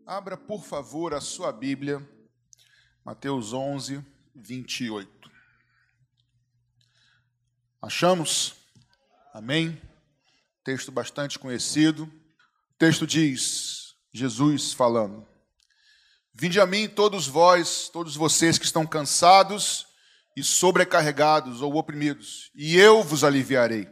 Abra, por favor, a sua Bíblia, Mateus 11, 28. Achamos? Amém? Texto bastante conhecido. O texto diz, Jesus falando: Vinde a mim todos vós, todos vocês que estão cansados e sobrecarregados ou oprimidos, e eu vos aliviarei.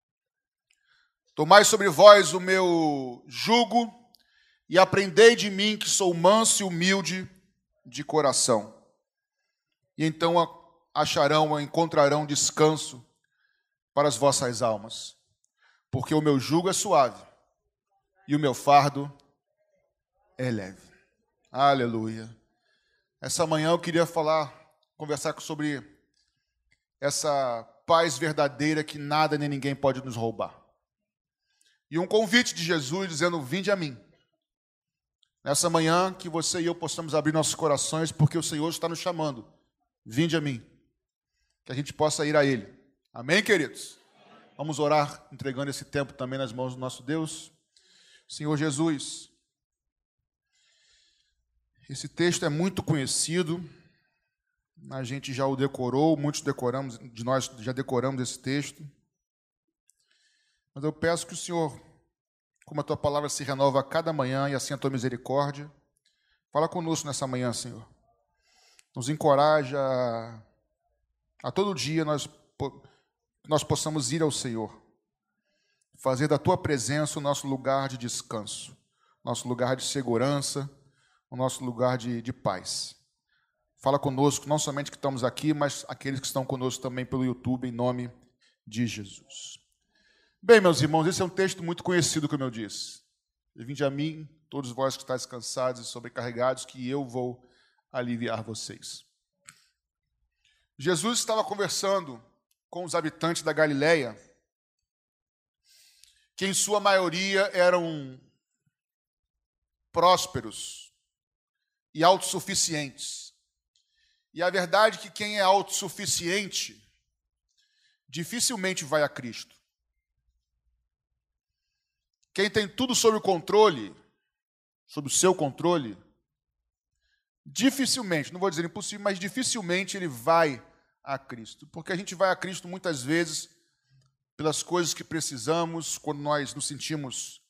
Tomai sobre vós o meu jugo e aprendei de mim, que sou manso e humilde de coração. E então encontrarão descanso para as vossas almas. Porque o meu jugo é suave e o meu fardo é leve. Aleluia. Essa manhã eu queria conversar sobre essa paz verdadeira que nada nem ninguém pode nos roubar. E um convite de Jesus dizendo: vinde a mim. Nessa manhã, que você e eu possamos abrir nossos corações, porque o Senhor está nos chamando. Vinde a mim. Que a gente possa ir a Ele. Amém, queridos? Vamos orar, entregando esse tempo também nas mãos do nosso Deus. Senhor Jesus, esse texto é muito conhecido. A gente já o decorou, de nós já decoramos esse texto. Mas eu peço que o Senhor, como a Tua palavra se renova a cada manhã e assim a Tua misericórdia, fala conosco nessa manhã, Senhor. Nos encoraja a todo dia nós possamos ir ao Senhor, fazer da Tua presença o nosso lugar de descanso, nosso lugar de segurança, o nosso lugar de paz. Fala conosco, não somente que estamos aqui, mas aqueles que estão conosco também pelo YouTube, em nome de Jesus. Bem, meus irmãos, esse é um texto muito conhecido, como eu disse. Vinde a mim, todos vós que estáis cansados e sobrecarregados, que eu vou aliviar vocês. Jesus estava conversando com os habitantes da Galileia, que em sua maioria eram prósperos e autossuficientes. E a verdade é que quem é autossuficiente dificilmente vai a Cristo. Quem tem tudo sob o controle, sob o seu controle, dificilmente, não vou dizer impossível, mas dificilmente ele vai a Cristo. Porque a gente vai a Cristo muitas vezes pelas coisas que precisamos, quando nós nos sentimos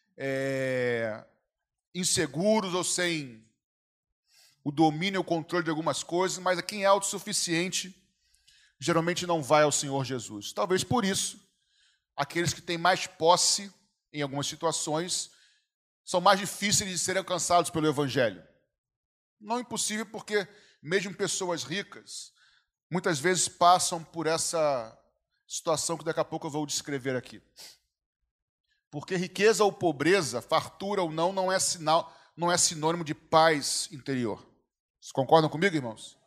inseguros ou sem o domínio e o controle de algumas coisas, mas quem é autossuficiente geralmente não vai ao Senhor Jesus. Talvez por isso, aqueles que têm mais posse em algumas situações, são mais difíceis de serem alcançados pelo Evangelho. Não impossível, porque mesmo pessoas ricas, muitas vezes passam por essa situação que daqui a pouco eu vou descrever aqui. Porque riqueza ou pobreza, fartura ou não, não é sinônimo de paz interior. Vocês concordam comigo, irmãos?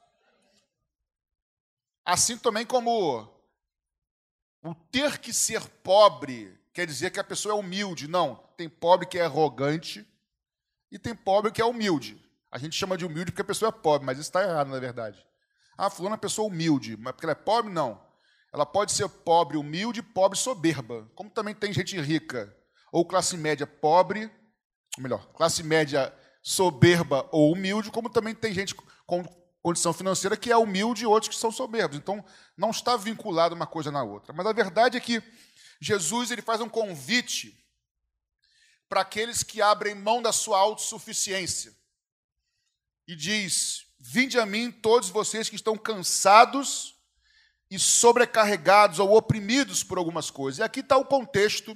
Assim também como o ter que ser pobre quer dizer que a pessoa é humilde. Não, tem pobre que é arrogante e tem pobre que é humilde. A gente chama de humilde porque a pessoa é pobre, mas isso está errado, na verdade. Fulana é uma pessoa humilde, mas porque ela é pobre, não. Ela pode ser pobre humilde, pobre soberba. Como também tem gente rica ou classe média pobre, ou melhor, classe média soberba ou humilde, como também tem gente com condição financeira que é humilde e outros que são soberbos. Então, não está vinculado uma coisa na outra. Mas a verdade é que Jesus ele faz um convite para aqueles que abrem mão da sua autossuficiência e diz: vinde a mim todos vocês que estão cansados e sobrecarregados ou oprimidos por algumas coisas. E aqui está o contexto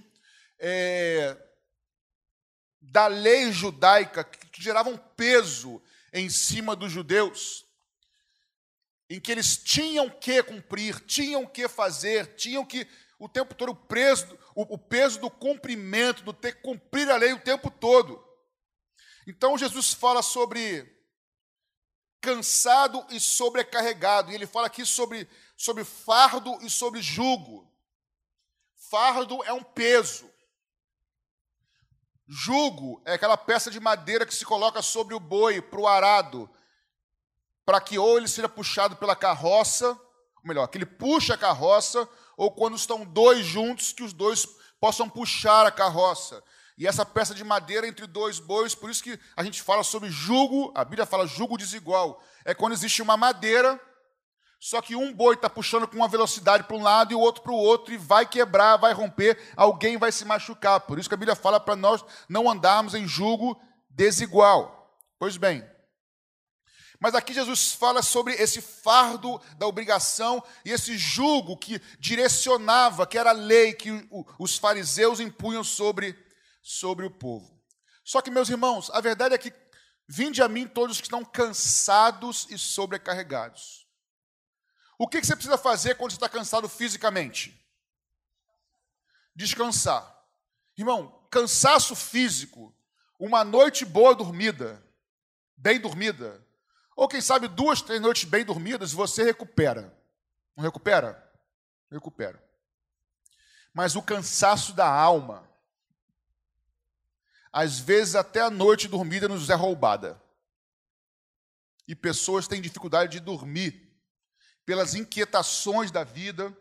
da lei judaica que gerava um peso em cima dos judeus, em que eles tinham que cumprir, tinham que fazer, tinham que o tempo todo o peso do cumprimento, do ter que cumprir a lei o tempo todo. Então Jesus fala sobre cansado e sobrecarregado, e ele fala aqui sobre fardo e sobre jugo. Fardo é um peso. Jugo é aquela peça de madeira que se coloca sobre o boi para o arado, para que ou ele seja puxado pela carroça, ou melhor, que ele puxe a carroça, ou quando estão dois juntos, que os dois possam puxar a carroça. E essa peça de madeira entre dois bois, por isso que a gente fala sobre jugo, a Bíblia fala jugo desigual. É quando existe uma madeira, só que um boi está puxando com uma velocidade para um lado e o outro para o outro, e vai quebrar, vai romper, alguém vai se machucar. Por isso que a Bíblia fala para nós não andarmos em jugo desigual. Pois bem, mas aqui Jesus fala sobre esse fardo da obrigação e esse jugo que direcionava, que era a lei que os fariseus impunham sobre o povo. Só que, meus irmãos, a verdade é que vinde a mim todos que estão cansados e sobrecarregados. O que você precisa fazer quando você está cansado fisicamente? Descansar. Irmão, cansaço físico, uma noite boa dormida, bem dormida, ou quem sabe 2, 3 noites bem dormidas, você recupera. Não recupera? Recupera. Mas o cansaço da alma, às vezes até a noite dormida nos é roubada. E pessoas têm dificuldade de dormir pelas inquietações da vida,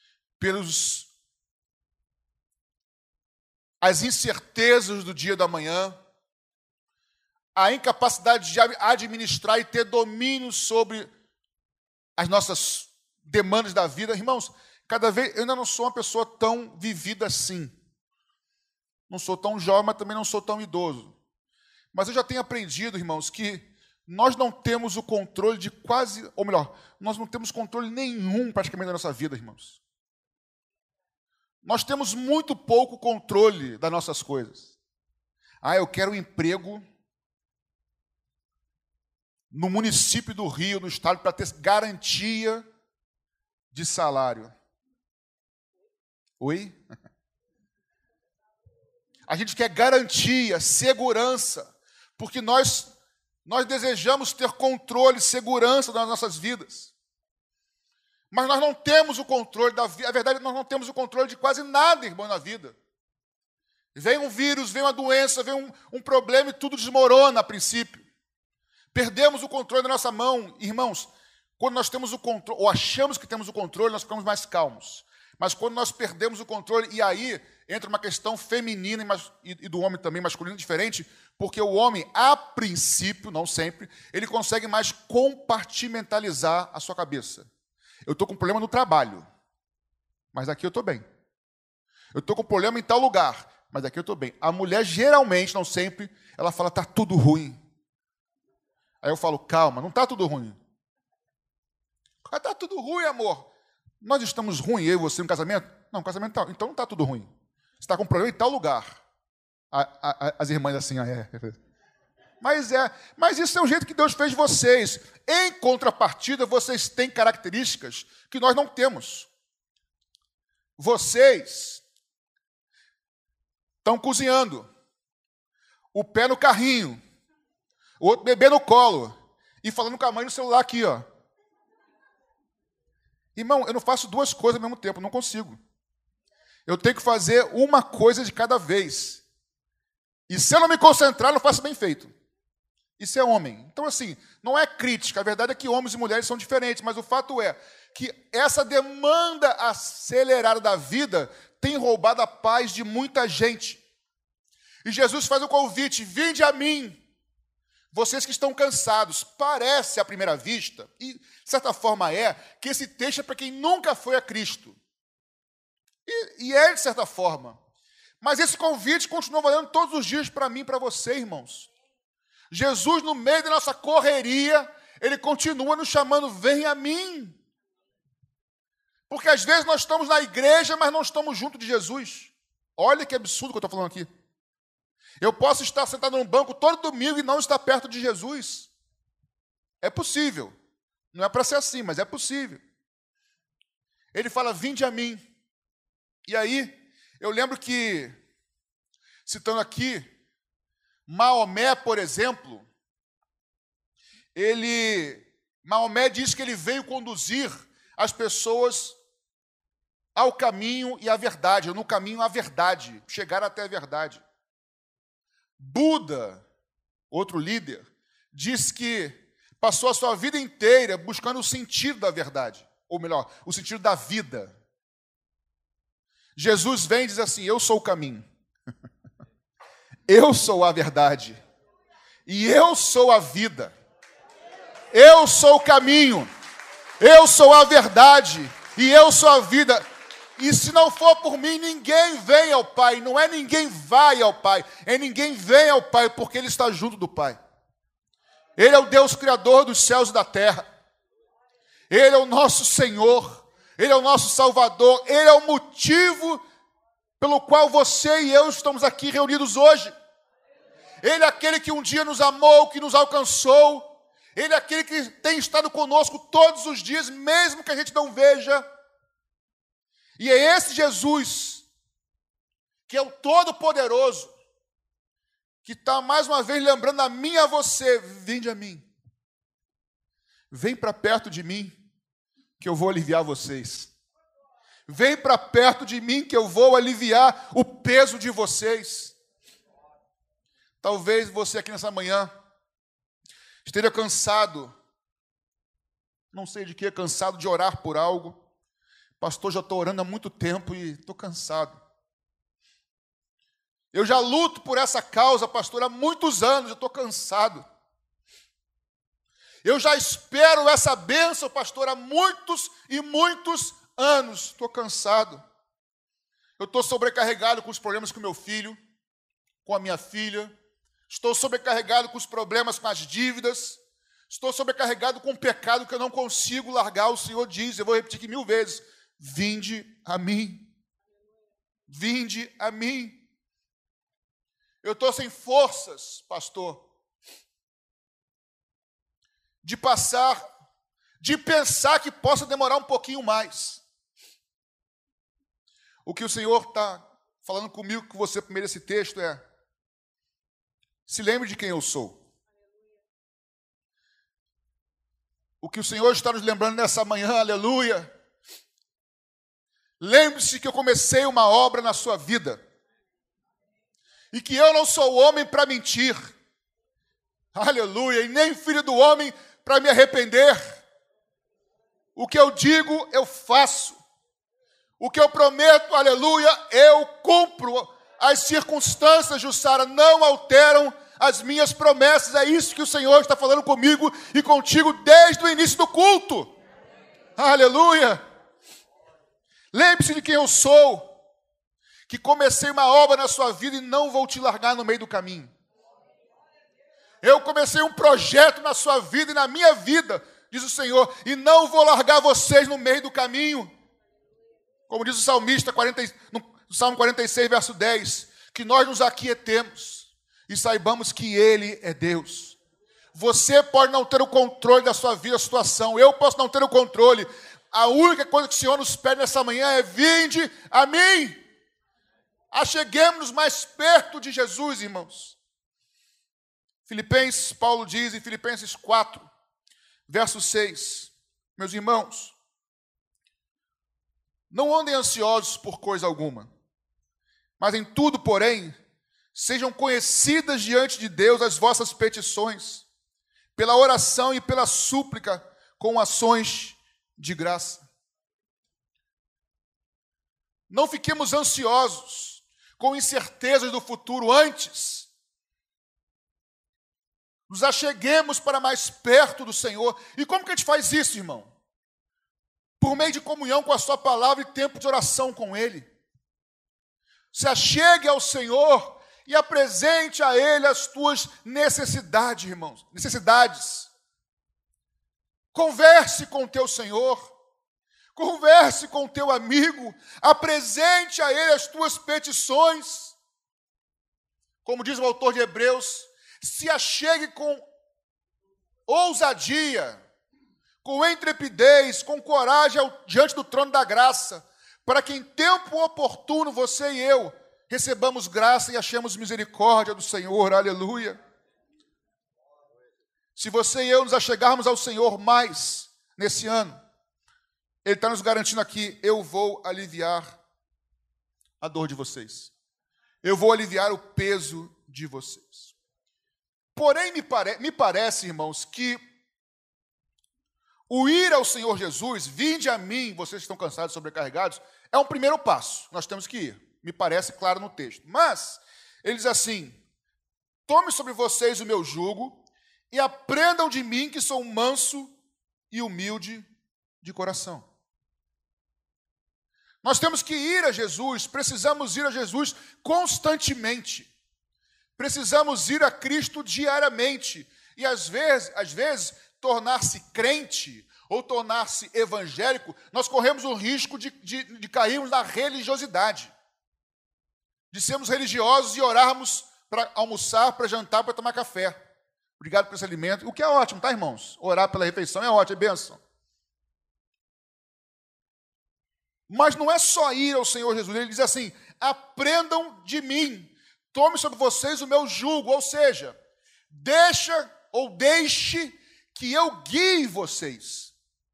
as incertezas do dia da manhã, a incapacidade de administrar e ter domínio sobre as nossas demandas da vida. Irmãos, cada vez eu ainda não sou uma pessoa tão vivida assim. Não sou tão jovem, mas também não sou tão idoso. Mas eu já tenho aprendido, irmãos, que nós não temos o controle de quase, ou melhor, nós não temos controle nenhum praticamente da nossa vida, irmãos. Nós temos muito pouco controle das nossas coisas. Eu quero um emprego no município do Rio, no estado, para ter garantia de salário. Oi? A gente quer garantia, segurança, porque nós desejamos ter controle, segurança das nossas vidas. Mas nós não temos o controle da vida. A verdade é que nós não temos o controle de quase nada, irmão, na vida. Vem um vírus, vem uma doença, vem um problema e tudo desmorona a princípio. Perdemos o controle da nossa mão. Irmãos, quando nós temos o controle, ou achamos que temos o controle, nós ficamos mais calmos. Mas quando nós perdemos o controle, e aí entra uma questão feminina e do homem também, masculino, diferente, porque o homem, a princípio, não sempre, ele consegue mais compartimentalizar a sua cabeça. Eu estou com problema no trabalho, mas aqui eu estou bem. Eu estou com problema em tal lugar, mas aqui eu estou bem. A mulher, geralmente, não sempre, ela fala, está tudo ruim. Aí eu falo, calma, não está tudo ruim. Está tudo ruim, amor. Nós estamos ruins, eu e você, no casamento? Não, casamento tá, então não está tudo ruim. Você está com problema em tal lugar. As irmãs assim, Mas isso é o jeito que Deus fez de vocês. Em contrapartida, vocês têm características que nós não temos. Vocês estão cozinhando, o pé no carrinho, o outro bebê no colo e falando com a mãe no celular aqui, ó. Irmão, eu não faço 2 coisas ao mesmo tempo, não consigo. Eu tenho que fazer uma coisa de cada vez. E se eu não me concentrar, eu não faço bem feito. Isso é homem. Então, assim, não é crítica. A verdade é que homens e mulheres são diferentes, mas o fato é que essa demanda acelerada da vida tem roubado a paz de muita gente. E Jesus faz o convite, vinde a mim, vocês que estão cansados. Parece, à primeira vista, e de certa forma que esse texto é para quem nunca foi a Cristo. E é de certa forma. Mas esse convite continua valendo todos os dias para mim e para você, irmãos. Jesus, no meio da nossa correria, ele continua nos chamando, vem a mim. Porque às vezes nós estamos na igreja, mas não estamos junto de Jesus. Olha que absurdo que eu estou falando aqui. Eu posso estar sentado num banco todo domingo e não estar perto de Jesus. É possível. Não é para ser assim, mas é possível. Ele fala, vinde a mim. E aí, eu lembro que, citando aqui, Maomé, por exemplo, Maomé diz que ele veio conduzir as pessoas ao caminho e à verdade, ou no caminho à verdade, chegar até a verdade. Buda, outro líder, diz que passou a sua vida inteira buscando o sentido da verdade, ou melhor, o sentido da vida. Jesus vem e diz assim, eu sou o caminho. Eu sou a verdade. E eu sou a vida. Eu sou o caminho. Eu sou a verdade. E eu sou a vida. E se não for por mim, ninguém vem ao Pai. Não é ninguém vai ao Pai. É ninguém vem ao Pai, porque Ele está junto do Pai. Ele é o Deus Criador dos céus e da terra. Ele é o nosso Senhor. Ele é o nosso Salvador. Ele é o motivo pelo qual você e eu estamos aqui reunidos hoje. Ele é aquele que um dia nos amou, que nos alcançou. Ele é aquele que tem estado conosco todos os dias, mesmo que a gente não veja. E é esse Jesus, que é o Todo-Poderoso, que está mais uma vez lembrando a mim e a você: vinde a mim. Vem para perto de mim, que eu vou aliviar vocês. Vem para perto de mim, que eu vou aliviar o peso de vocês. Talvez você aqui nessa manhã esteja cansado, não sei de quê, cansado de orar por algo. Pastor, já estou orando há muito tempo e estou cansado. Eu já luto por essa causa, pastor, há muitos anos, eu estou cansado. Eu já espero essa bênção, pastor, há muitos e muitos anos, estou cansado. Eu estou sobrecarregado com os problemas com meu filho, com a minha filha. Estou sobrecarregado com os problemas com as dívidas. Estou sobrecarregado com o pecado que eu não consigo largar. O Senhor diz, eu vou repetir aqui 1000 vezes: vinde a mim. Vinde a mim. Eu estou sem forças, pastor, de pensar que possa demorar um pouquinho mais. O que o Senhor está falando comigo, com você, primeiro esse texto é: se lembre de quem eu sou. O que o Senhor está nos lembrando nessa manhã, aleluia. Lembre-se que eu comecei uma obra na sua vida. E que eu não sou homem para mentir. Aleluia. E nem filho do homem para me arrepender. O que eu digo, eu faço. O que eu prometo, aleluia, eu cumpro. As circunstâncias, Jussara, não alteram as minhas promessas. É isso que o Senhor está falando comigo e contigo desde o início do culto. Aleluia. Lembre-se de quem eu sou, que comecei uma obra na sua vida e não vou te largar no meio do caminho. Eu comecei um projeto na sua vida e na minha vida, diz o Senhor, e não vou largar vocês no meio do caminho. Como diz o salmista, no Salmo 46, verso 10, que nós nos aquietemos e saibamos que Ele é Deus. Você pode não ter o controle da sua vida, a situação. Eu posso não ter o controle. A única coisa que o Senhor nos pede nessa manhã é: vinde a mim. Acheguemos-nos mais perto de Jesus, irmãos. Filipenses, Paulo diz em Filipenses 4, verso 6, meus irmãos, não andem ansiosos por coisa alguma, mas em tudo, porém, sejam conhecidas diante de Deus as vossas petições, pela oração e pela súplica, com ações de graça. Não fiquemos ansiosos, com incertezas do futuro, antes nos acheguemos para mais perto do Senhor. E como que a gente faz isso, irmão? Por meio de comunhão com a sua palavra e tempo de oração com Ele. Se achegue ao Senhor e apresente a Ele as tuas necessidades, irmãos. Necessidades. Converse com o teu Senhor. Converse com o teu amigo. Apresente a Ele as tuas petições. Como diz o autor de Hebreus, se achegue com ousadia, com intrepidez, com coragem diante do trono da graça, para que em tempo oportuno você e eu recebamos graça e achemos misericórdia do Senhor. Aleluia. Se você e eu nos achegarmos ao Senhor mais nesse ano, Ele está nos garantindo aqui: eu vou aliviar a dor de vocês. Eu vou aliviar o peso de vocês. Porém, me parece, irmãos, que o ir ao Senhor Jesus, vinde a mim, vocês que estão cansados e sobrecarregados, é um primeiro passo. Nós temos que ir. Me parece claro no texto. Mas, ele diz assim: tome sobre vocês o meu jugo e aprendam de mim que sou manso e humilde de coração. Nós temos que ir a Jesus, precisamos ir a Jesus constantemente. Precisamos ir a Cristo diariamente. E às vezes tornar-se crente ou tornar-se evangélico, nós corremos o risco de cairmos na religiosidade. De sermos religiosos e orarmos para almoçar, para jantar, para tomar café. Obrigado por esse alimento. O que é ótimo, tá, irmãos? Orar pela refeição é ótimo, é bênção. Mas não é só ir ao Senhor Jesus. Ele diz assim, aprendam de mim. Tome sobre vocês o meu jugo. Ou seja, deixe que eu guie vocês.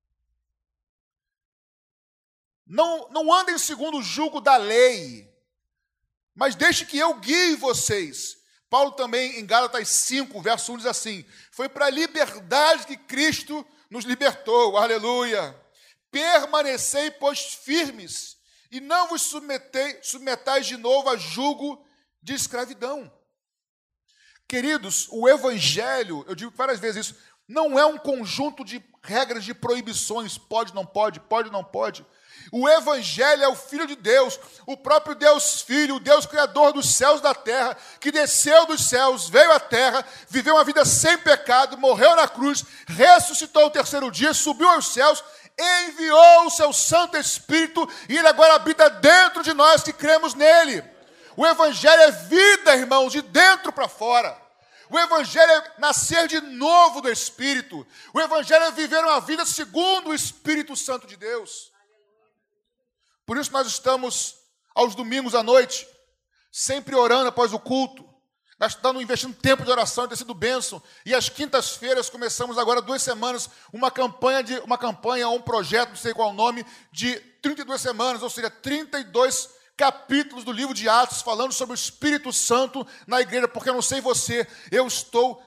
Não andem segundo o jugo da lei, mas deixe que eu guie vocês. Paulo também, em Gálatas 5, verso 1, diz assim, foi para a liberdade que Cristo nos libertou, aleluia. Permanecei, pois, firmes, e não vos submetais de novo a jugo de escravidão. Queridos, o evangelho, eu digo várias vezes isso, não é um conjunto de regras de proibições, pode, não pode, pode, não pode. O evangelho é o Filho de Deus, o próprio Deus Filho, o Deus Criador dos céus e da terra, que desceu dos céus, veio à terra, viveu uma vida sem pecado, morreu na cruz, ressuscitou o terceiro dia, subiu aos céus, enviou o seu Santo Espírito, e ele agora habita dentro de nós que cremos nele. O evangelho é vida, irmãos, de dentro para fora. O evangelho é nascer de novo do Espírito. O evangelho é viver uma vida segundo o Espírito Santo de Deus. Por isso nós estamos, aos domingos à noite, sempre orando após o culto, investindo tempo de oração, tem sido bênção. E às quintas-feiras começamos agora 2 semanas, uma campanha, um projeto, não sei qual o nome, de 32 semanas, ou seja, 32 capítulos do livro de Atos, falando sobre o Espírito Santo na igreja, porque eu não sei você, eu estou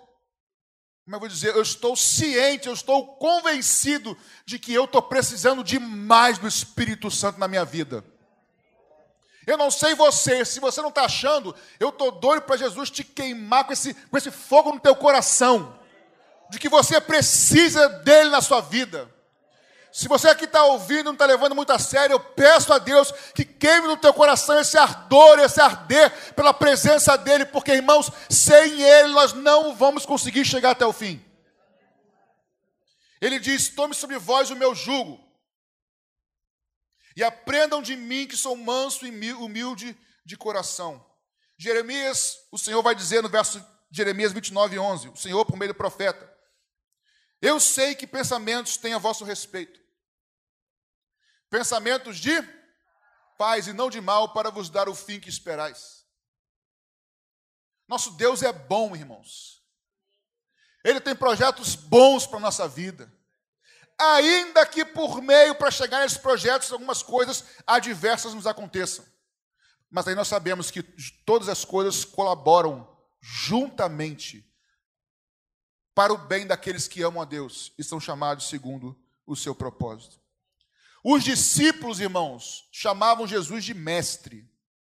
ciente, eu estou convencido de que eu estou precisando demais do Espírito Santo na minha vida. Eu não sei você, se você não está achando, eu estou doido para Jesus te queimar com esse fogo no teu coração, de que você precisa dele na sua vida. Se você aqui está ouvindo, não está levando muito a sério, eu peço a Deus que queime no teu coração esse ardor, esse arder pela presença dele, porque, irmãos, sem ele nós não vamos conseguir chegar até o fim. Ele diz, tome sobre vós o meu jugo, e aprendam de mim que sou manso e humilde de coração. Jeremias, o Senhor vai dizer no verso de Jeremias 29, 11, o Senhor por meio do profeta, eu sei que pensamentos têm a vosso respeito, pensamentos de paz e não de mal, para vos dar o fim que esperais. Nosso Deus é bom, irmãos. Ele tem projetos bons para a nossa vida. Ainda que por meio, para chegar nesses projetos, algumas coisas adversas nos aconteçam. Mas aí nós sabemos que todas as coisas colaboram juntamente para o bem daqueles que amam a Deus e são chamados segundo o seu propósito. Os discípulos, irmãos, chamavam Jesus de mestre.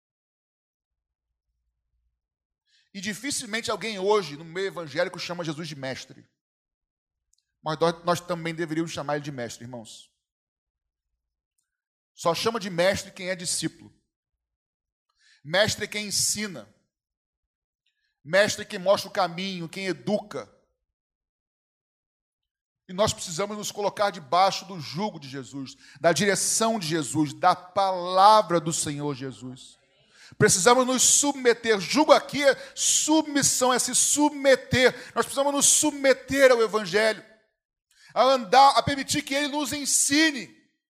E dificilmente alguém hoje, no meio evangélico, chama Jesus de mestre. Mas nós também deveríamos chamar ele de mestre, irmãos. Só chama de mestre quem é discípulo. Mestre é quem ensina. Mestre é quem mostra o caminho, quem educa. E nós precisamos nos colocar debaixo do jugo de Jesus, da direção de Jesus, da palavra do Senhor Jesus. Precisamos nos submeter. Jugo aqui é submissão, é se submeter. Nós precisamos nos submeter ao Evangelho, a permitir que Ele nos ensine.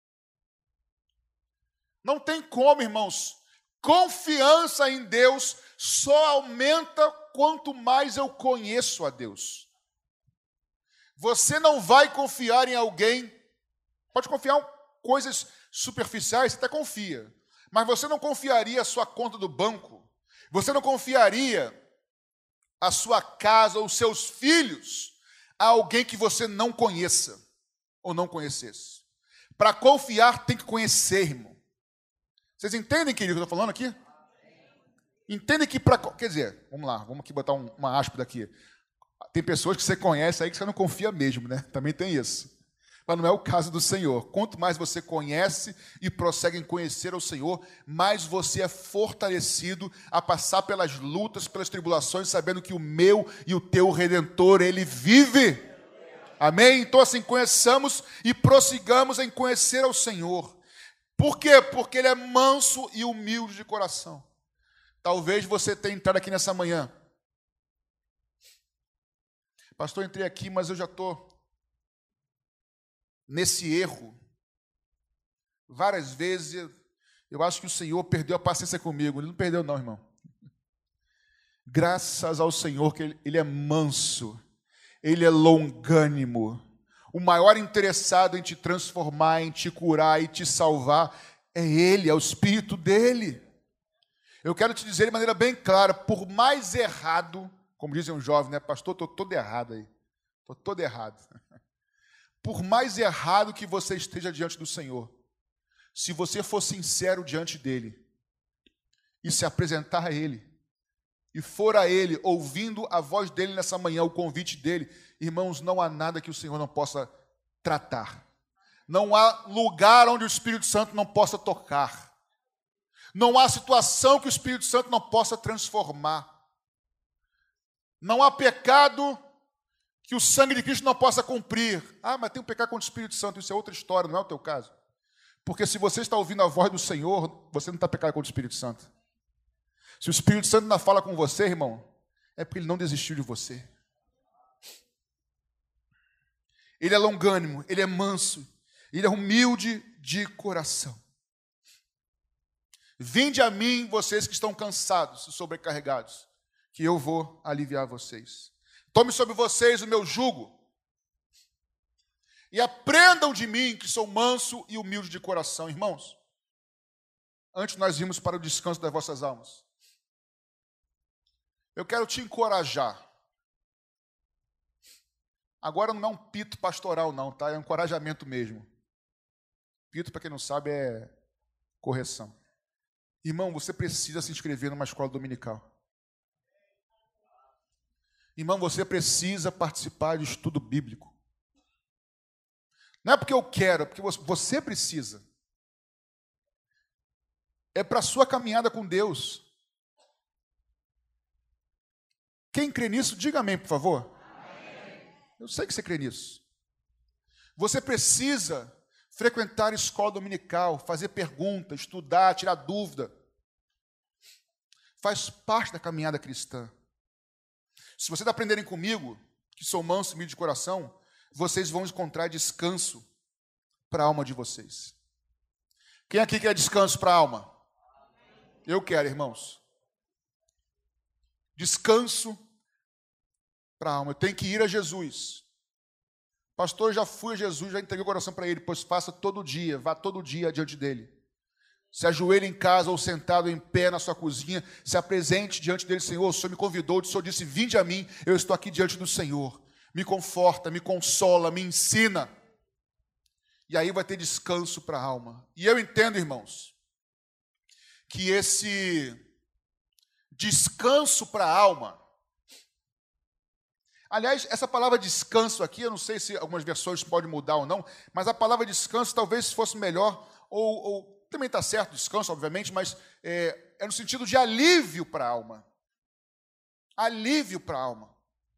Não tem como, irmãos. Confiança em Deus só aumenta quanto mais eu conheço a Deus. Você não vai confiar em alguém, pode confiar em coisas superficiais, você até confia, mas você não confiaria a sua conta do banco, você não confiaria a sua casa ou os seus filhos a alguém que você não conheça ou não conhecesse. Para confiar tem que conhecer, irmão. Vocês entendem, querido, o que eu estou falando aqui? Entende que quer dizer, vamos lá, vamos aqui botar uma aspa daqui. Tem pessoas que você conhece aí que você não confia mesmo, né? Também tem isso. Mas não é o caso do Senhor. Quanto mais você conhece e prossegue em conhecer o Senhor, mais você é fortalecido a passar pelas lutas, pelas tribulações, sabendo que o meu e o teu Redentor, Ele vive. Amém? Então assim, conheçamos e prossigamos em conhecer ao Senhor. Por quê? Porque Ele é manso e humilde de coração. Talvez você tenha entrado aqui nessa manhã. Pastor, entrei aqui, mas eu já estou nesse erro. Várias vezes eu acho que o Senhor perdeu a paciência comigo. Ele não perdeu não, irmão. Graças ao Senhor que Ele é manso, Ele é longânimo. O maior interessado em te transformar, em te curar e te salvar é Ele, é o Espírito dEle. Eu quero te dizer de maneira bem clara, por mais errado, como dizem um jovem, né? Pastor, estou todo errado aí. Estou todo errado. Por mais errado que você esteja diante do Senhor, se você for sincero diante dEle e se apresentar a Ele, e for a Ele, ouvindo a voz dEle nessa manhã, o convite dEle, irmãos, não há nada que o Senhor não possa tratar. Não há lugar onde o Espírito Santo não possa tocar. Não há situação que o Espírito Santo não possa transformar. Não há pecado que o sangue de Cristo não possa cumprir. Ah, mas tem um pecado contra o Espírito Santo, isso é outra história, não é o teu caso. Porque se você está ouvindo a voz do Senhor, você não está pecando contra o Espírito Santo. Se o Espírito Santo não fala com você, irmão, é porque Ele não desistiu de você. Ele é longânimo, Ele é manso, Ele é humilde de coração. Vinde a mim, vocês que estão cansados e sobrecarregados, que eu vou aliviar vocês. Tome sobre vocês o meu jugo e aprendam de mim, que sou manso e humilde de coração. Irmãos, antes nós irmos para o descanso das vossas almas, eu quero te encorajar. Agora não é um pito pastoral não, tá? É um encorajamento mesmo. Pito, para quem não sabe, é correção. Irmão, você precisa se inscrever numa escola dominical. Irmão, você precisa participar de estudo bíblico. Não é porque eu quero, é porque você precisa. É para a sua caminhada com Deus. Quem crê nisso, diga amém, por favor. Amém. Eu sei que você crê nisso. Você precisa frequentar a escola dominical, fazer perguntas, estudar, tirar dúvida. Faz parte da caminhada cristã. Se vocês aprenderem comigo, que sou manso e humilde de coração, vocês vão encontrar descanso para a alma de vocês. Quem aqui quer descanso para a alma? Eu quero, irmãos. Descanso para a alma. Eu tenho que ir a Jesus. Pastor, eu já fui a Jesus, já entreguei o coração para Ele, pois faça todo dia, vá todo dia diante dEle. Se ajoelhe em casa ou sentado em pé na sua cozinha, se apresente diante dele, Senhor, o Senhor me convidou, o Senhor disse, vinde a mim, eu estou aqui diante do Senhor. Me conforta, me consola, me ensina. E aí vai ter descanso para a alma. E eu entendo, irmãos, que esse descanso para a alma, aliás, essa palavra descanso aqui, eu não sei se algumas versões podem mudar ou não, mas a palavra descanso talvez fosse melhor, ou também está certo, descanso, obviamente, mas é no sentido de alívio para a alma. Alívio para a alma.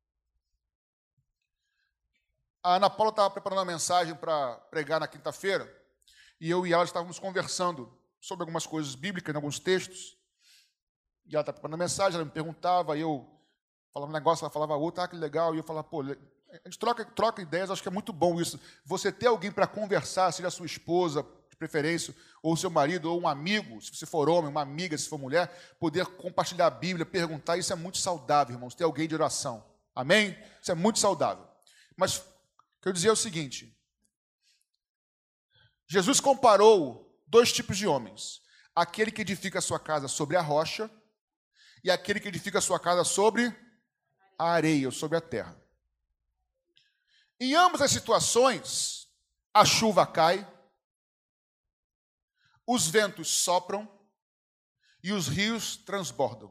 A Ana Paula estava preparando uma mensagem para pregar na quinta-feira, e eu e ela estávamos conversando sobre algumas coisas bíblicas, em alguns textos, e ela estava preparando a mensagem, ela me perguntava, e eu falava um negócio, ela falava outro, que legal, e eu falava, pô, a gente troca ideias, acho que é muito bom isso. Você ter alguém para conversar, seja a sua esposa, de preferência, ou seu marido, ou um amigo, se você for homem, uma amiga, se for mulher, poder compartilhar a Bíblia, perguntar, isso é muito saudável, irmãos, ter alguém de oração. Amém? Isso é muito saudável. Mas, o que eu dizia é o seguinte, Jesus comparou dois tipos de homens, aquele que edifica a sua casa sobre a rocha, e aquele que edifica a sua casa sobre a areia, ou sobre a terra. Em ambas as situações, a chuva cai, os ventos sopram e os rios transbordam.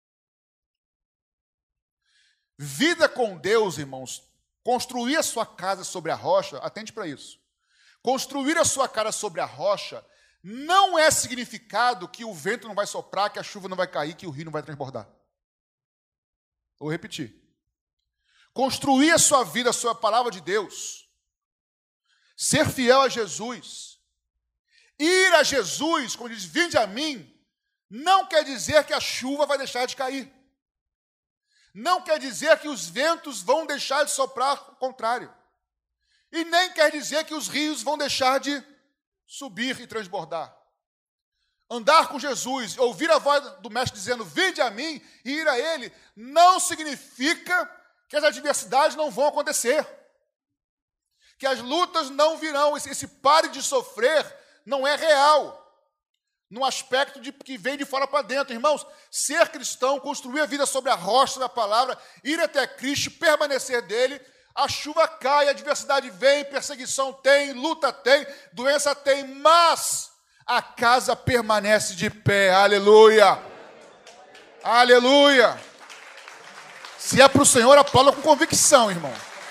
Vida com Deus, irmãos, construir a sua casa sobre a rocha, atente para isso. Construir a sua casa sobre a rocha não é significado que o vento não vai soprar, que a chuva não vai cair, que o rio não vai transbordar. Vou repetir. Construir a sua vida, a sua palavra de Deus, ser fiel a Jesus, ir a Jesus, como diz, vinde a mim, não quer dizer que a chuva vai deixar de cair. Não quer dizer que os ventos vão deixar de soprar, ao contrário. E nem quer dizer que os rios vão deixar de subir e transbordar. Andar com Jesus, ouvir a voz do Mestre dizendo, vinde a mim, e ir a Ele, não significa que as adversidades não vão acontecer. Que as lutas não virão, esse pare de sofrer não é real. No aspecto de que vem de fora para dentro. Irmãos, ser cristão, construir a vida sobre a rocha da palavra, ir até Cristo, permanecer dele, a chuva cai, a adversidade vem, perseguição tem, luta tem, doença tem, mas a casa permanece de pé. Aleluia! Aleluia! Se é para o Senhor, aplauda com convicção, irmão.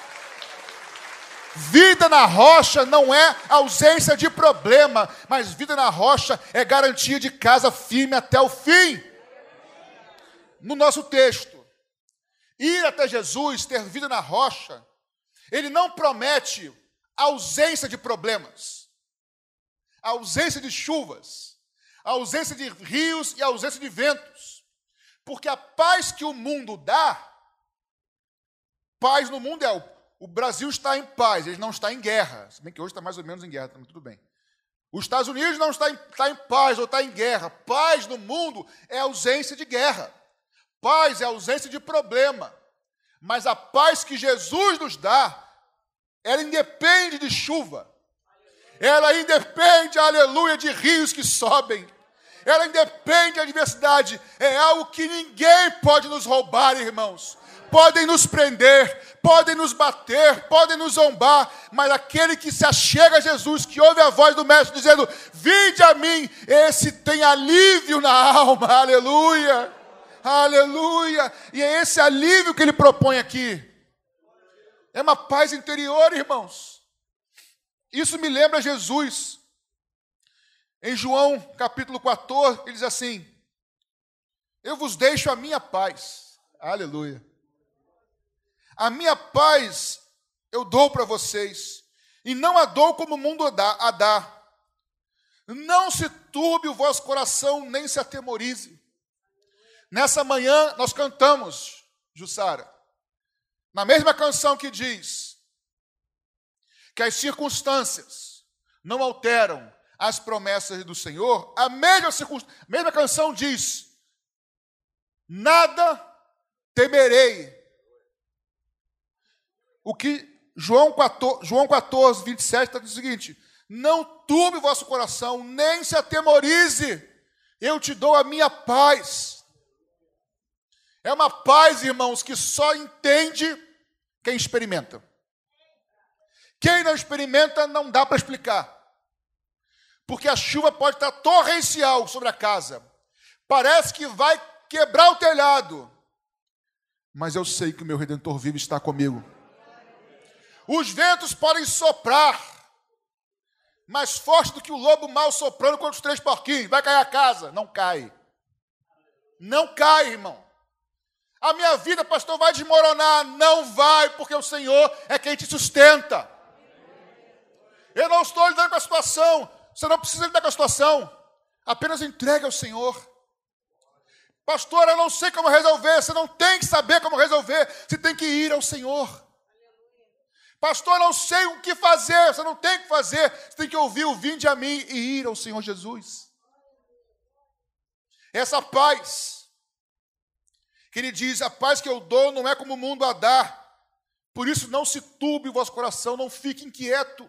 Vida na rocha não é ausência de problema, mas vida na rocha é garantia de casa firme até o fim. No nosso texto, ir até Jesus, ter vida na rocha, ele não promete ausência de problemas, ausência de chuvas, ausência de rios e ausência de ventos, porque a paz que o mundo dá, paz no mundo é o Brasil está em paz, ele não está em guerra. Se bem que hoje está mais ou menos em guerra, mas tudo bem. Os Estados Unidos não está em paz ou está em guerra. Paz no mundo é ausência de guerra. Paz é ausência de problema. Mas a paz que Jesus nos dá, ela independe de chuva. Ela independe, aleluia, de rios que sobem. Ela independe de adversidade. É algo que ninguém pode nos roubar, irmãos. Podem nos prender, podem nos bater, podem nos zombar, mas aquele que se achega a Jesus, que ouve a voz do Mestre dizendo, vinde a mim, esse tem alívio na alma, aleluia, aleluia, e é esse alívio que ele propõe aqui, é uma paz interior, irmãos. Isso me lembra Jesus, em João capítulo 14, ele diz assim, eu vos deixo a minha paz, aleluia. A minha paz eu dou para vocês, e não a dou como o mundo a dá. Não se turbe o vosso coração, nem se atemorize. Nessa manhã nós cantamos, Jussara, na mesma canção que diz que as circunstâncias não alteram as promessas do Senhor, a mesma canção diz, nada temerei. O que João 14, 27 está dizendo o seguinte, não turbe o vosso coração, nem se atemorize, eu te dou a minha paz. É uma paz, irmãos, que só entende quem experimenta. Quem não experimenta não dá para explicar. Porque a chuva pode estar torrencial sobre a casa. Parece que vai quebrar o telhado. Mas eu sei que o meu Redentor vivo está comigo. Os ventos podem soprar, mais forte do que o lobo mau soprando contra os 3 porquinhos. Vai cair a casa? Não cai. Não cai, irmão. A minha vida, pastor, vai desmoronar? Não vai, porque o Senhor é quem te sustenta. Eu não estou lidando com a situação. Você não precisa lidar com a situação. Apenas entregue ao Senhor. Pastor, eu não sei como resolver. Você não tem que saber como resolver. Você tem que ir ao Senhor. Pastor, eu não sei o que fazer. Você não tem o que fazer. Você tem que ouvir o vinde a mim e ir ao Senhor Jesus. Essa paz, que ele diz, a paz que eu dou não é como o mundo a dá. Por isso não se turbe o vosso coração, não fique inquieto.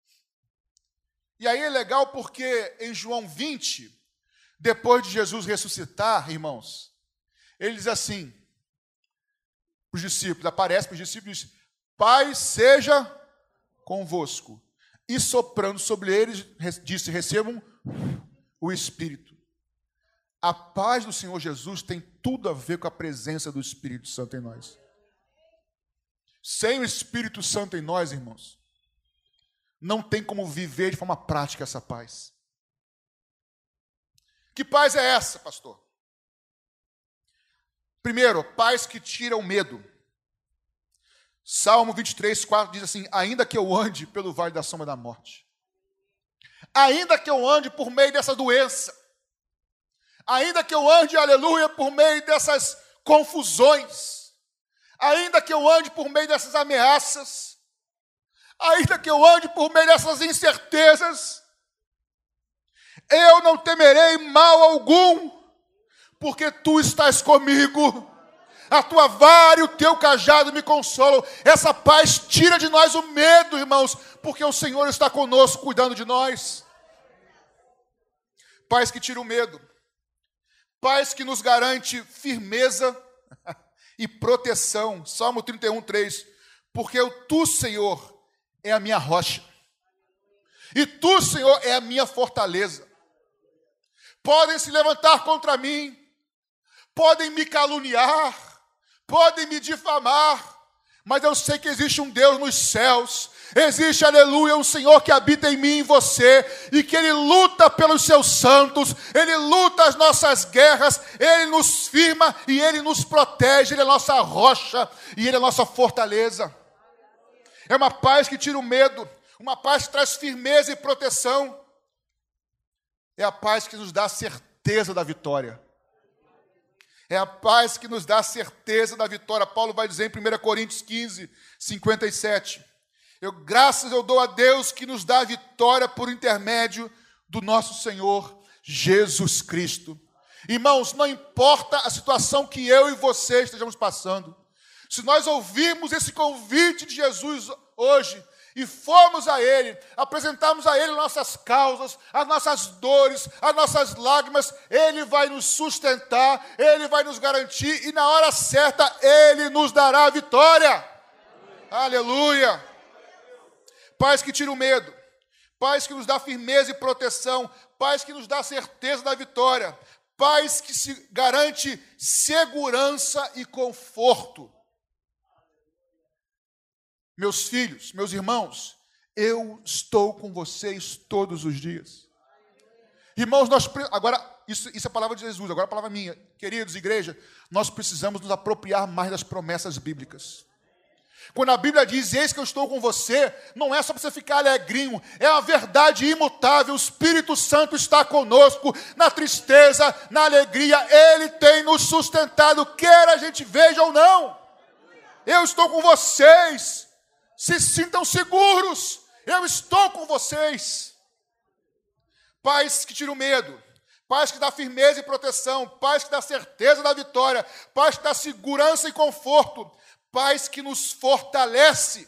E aí é legal porque em João 20, depois de Jesus ressuscitar, irmãos, ele diz assim, para os discípulos, aparece para os discípulos e diz, Pai seja convosco. E soprando sobre eles, disse, recebam o Espírito. A paz do Senhor Jesus tem tudo a ver com a presença do Espírito Santo em nós. Sem o Espírito Santo em nós, irmãos, não tem como viver de forma prática essa paz. Que paz é essa, pastor? Primeiro, paz que tira o medo. Salmo 23, 4 diz assim: ainda que eu ande pelo vale da sombra da morte, ainda que eu ande por meio dessa doença, ainda que eu ande, aleluia, por meio dessas confusões, ainda que eu ande por meio dessas ameaças, ainda que eu ande por meio dessas incertezas, eu não temerei mal algum, porque tu estás comigo. A tua vara e o teu cajado me consolam. Essa paz tira de nós o medo, irmãos, porque o Senhor está conosco, cuidando de nós. Paz que tira o medo. Paz que nos garante firmeza e proteção. Salmo 31, 3. Porque o tu, Senhor, é a minha rocha. E tu, Senhor, é a minha fortaleza. Podem se levantar contra mim, podem me caluniar, podem me difamar, mas eu sei que existe um Deus nos céus, existe, aleluia, um Senhor que habita em mim e em você, e que Ele luta pelos seus santos, Ele luta as nossas guerras, Ele nos firma e Ele nos protege, Ele é a nossa rocha e Ele é a nossa fortaleza. É uma paz que tira o medo, uma paz que traz firmeza e proteção, é a paz que nos dá a certeza da vitória. É a paz que nos dá a certeza da vitória. Paulo vai dizer em 1 Coríntios 15, 57. Graças eu dou a Deus que nos dá a vitória por intermédio do nosso Senhor Jesus Cristo. Irmãos, não importa a situação que eu e você estejamos passando, se nós ouvirmos esse convite de Jesus hoje, e formos a Ele, apresentarmos a Ele nossas causas, as nossas dores, as nossas lágrimas, Ele vai nos sustentar, Ele vai nos garantir, e na hora certa, Ele nos dará a vitória. Aleluia! Paz que tira o medo, paz que nos dá firmeza e proteção, paz que nos dá certeza da vitória, paz que se garante segurança e conforto. Meus filhos, meus irmãos, eu estou com vocês todos os dias. Irmãos, agora, isso é a palavra de Jesus, agora a palavra minha. Queridos, igreja, nós precisamos nos apropriar mais das promessas bíblicas. Quando a Bíblia diz, eis que eu estou com você, não é só para você ficar alegrinho, é a verdade imutável, o Espírito Santo está conosco, na tristeza, na alegria, Ele tem nos sustentado, quer a gente veja ou não. Eu estou com vocês. Se sintam seguros, eu estou com vocês. Paz que tira o medo, paz que dá firmeza e proteção, paz que dá certeza da vitória, paz que dá segurança e conforto, paz que nos fortalece.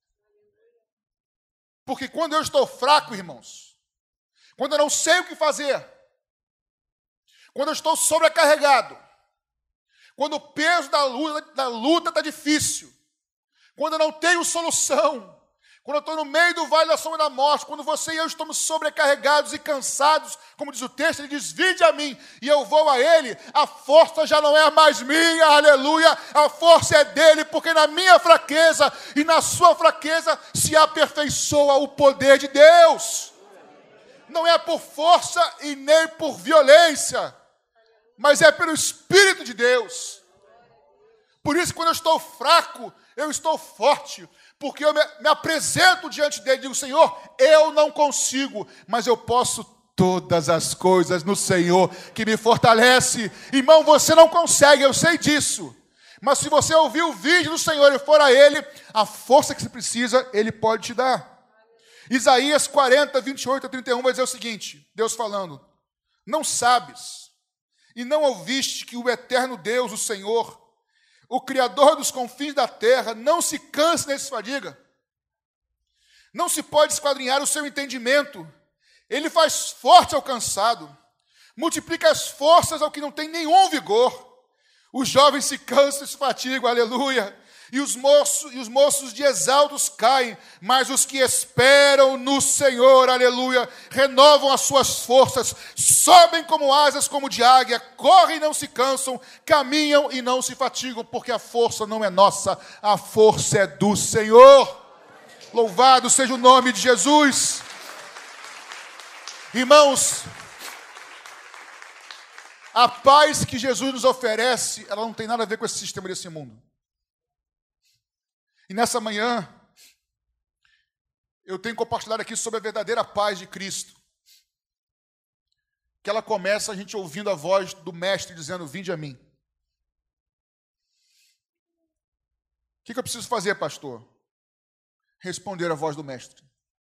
Porque quando eu estou fraco, irmãos, quando eu não sei o que fazer, quando eu estou sobrecarregado, quando o peso da luta está difícil, quando eu não tenho solução, quando eu estou no meio do vale da sombra da morte, quando você e eu estamos sobrecarregados e cansados, como diz o texto, Ele diz, vinde a mim, e eu vou a Ele, a força já não é mais minha, aleluia, a força é dEle, porque na minha fraqueza e na sua fraqueza se aperfeiçoa o poder de Deus. Não é por força e nem por violência, mas é pelo Espírito de Deus. Por isso, quando eu estou fraco, eu estou forte, porque eu me apresento diante dele e digo, Senhor, eu não consigo, mas eu posso todas as coisas no Senhor que me fortalece. Irmão, você não consegue, eu sei disso, mas se você ouvir o vídeo do Senhor e for a Ele, a força que você precisa, Ele pode te dar. Isaías 40, 28 a 31 vai dizer o seguinte, Deus falando, não sabes e não ouviste que o eterno Deus, o Senhor, o Criador dos confins da terra, não se cansa nem se fadiga. Não se pode esquadrinhar o seu entendimento. Ele faz forte ao cansado, multiplica as forças ao que não tem nenhum vigor. Os jovens se cansam e se fatigam, aleluia. E os moços de exaltos caem, mas os que esperam no Senhor, aleluia, renovam as suas forças, sobem como asas como de águia, correm e não se cansam, caminham e não se fatigam, porque a força não é nossa, a força é do Senhor. Louvado seja o nome de Jesus. Irmãos, a paz que Jesus nos oferece, ela não tem nada a ver com esse sistema desse mundo. E nessa manhã, eu tenho compartilhado aqui sobre a verdadeira paz de Cristo. Que ela começa a gente ouvindo a voz do Mestre dizendo, vinde a mim. O que eu preciso fazer, pastor? Responder à voz do Mestre.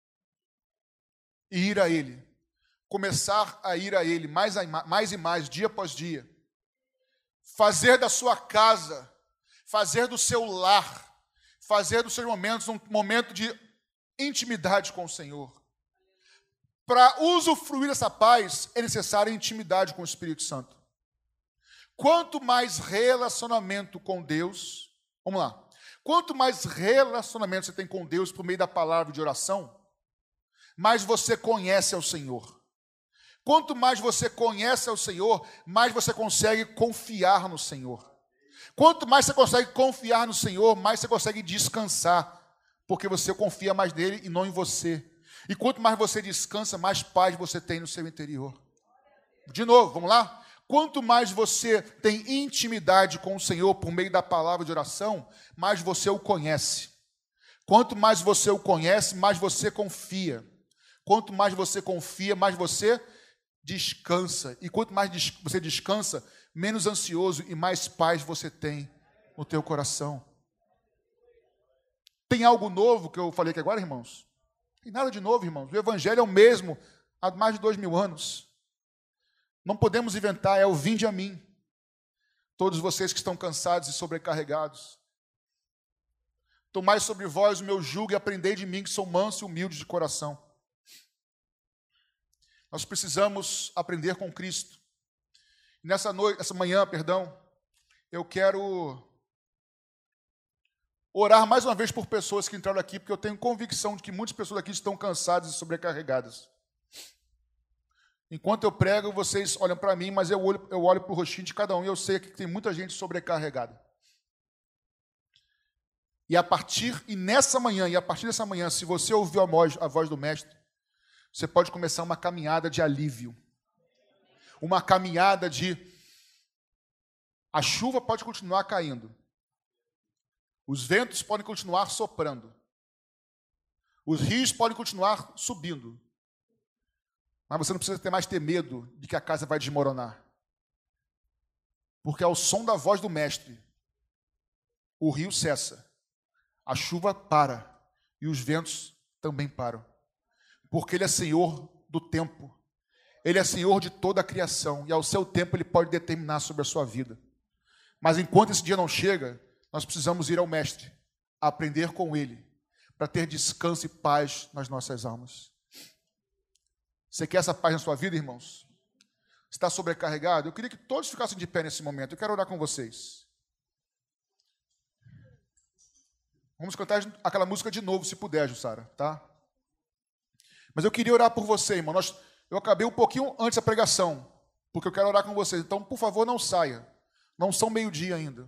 E ir a Ele. Começar a ir a Ele mais e mais, dia após dia. Fazer da sua casa, fazer do seu lar, fazer dos seus momentos um momento de intimidade com o Senhor. Para usufruir dessa paz, é necessária intimidade com o Espírito Santo. Quanto mais relacionamento com Deus, vamos lá. Quanto mais relacionamento você tem com Deus por meio da palavra de oração, mais você conhece ao Senhor. Quanto mais você conhece ao Senhor, mais você consegue confiar no Senhor. Quanto mais você consegue confiar no Senhor, mais você consegue descansar, porque você confia mais nele e não em você. E quanto mais você descansa, mais paz você tem no seu interior. De novo, vamos lá? Quanto mais você tem intimidade com o Senhor por meio da palavra de oração, mais você o conhece. Quanto mais você o conhece, mais você confia. Quanto mais você confia, mais você descansa. E quanto mais você descansa, menos ansioso e mais paz você tem no teu coração. Tem algo novo que eu falei aqui agora, irmãos? Não tem nada de novo, irmãos. O Evangelho é o mesmo há mais de 2000 anos. Não podemos inventar, é o vinde a mim. Todos vocês que estão cansados e sobrecarregados. Tomai sobre vós o meu jugo e aprendei de mim, que sou manso e humilde de coração. Nós precisamos aprender com Cristo. Nessa manhã, eu quero orar mais uma vez por pessoas que entraram aqui, porque eu tenho convicção de que muitas pessoas aqui estão cansadas e sobrecarregadas. Enquanto eu prego, vocês olham para mim, mas eu olho para o rostinho de cada um e eu sei que tem muita gente sobrecarregada. E a partir dessa manhã, se você ouviu a voz do Mestre, você pode começar uma caminhada de alívio. Uma caminhada de... A chuva pode continuar caindo. Os ventos podem continuar soprando. Os rios podem continuar subindo. Mas você não precisa ter medo de que a casa vai desmoronar. Porque ao som da voz do Mestre, o rio cessa, a chuva para e os ventos também param. Porque Ele é Senhor do tempo. Ele é Senhor de toda a criação. E ao seu tempo Ele pode determinar sobre a sua vida. Mas enquanto esse dia não chega, nós precisamos ir ao Mestre, aprender com Ele, para ter descanso e paz nas nossas almas. Você quer essa paz na sua vida, irmãos? Você está sobrecarregado? Eu queria que todos ficassem de pé nesse momento. Eu quero orar com vocês. Vamos cantar aquela música de novo, se puder, Jussara, tá? Mas eu queria orar por você, irmão. Eu acabei um pouquinho antes da pregação, porque eu quero orar com vocês. Então, por favor, não saia. Não são meio-dia ainda.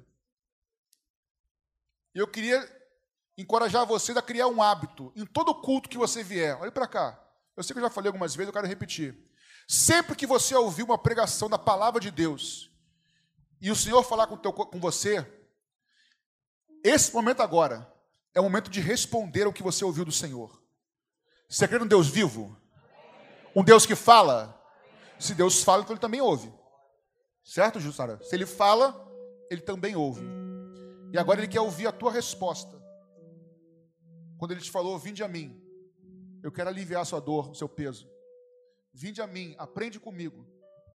E eu queria encorajar vocês a criar um hábito em todo culto que você vier. Olha para cá. Eu sei que eu já falei algumas vezes, eu quero repetir. Sempre que você ouvir uma pregação da palavra de Deus e o Senhor falar com você, esse momento agora é o momento de responder ao que você ouviu do Senhor. Você crê num Deus vivo? Um Deus que fala? Se Deus fala, então Ele também ouve. Certo, Jussara? Se Ele fala, Ele também ouve. E agora Ele quer ouvir a tua resposta. Quando Ele te falou, vinde a mim. Eu quero aliviar a sua dor, o seu peso. Vinde a mim, aprende comigo.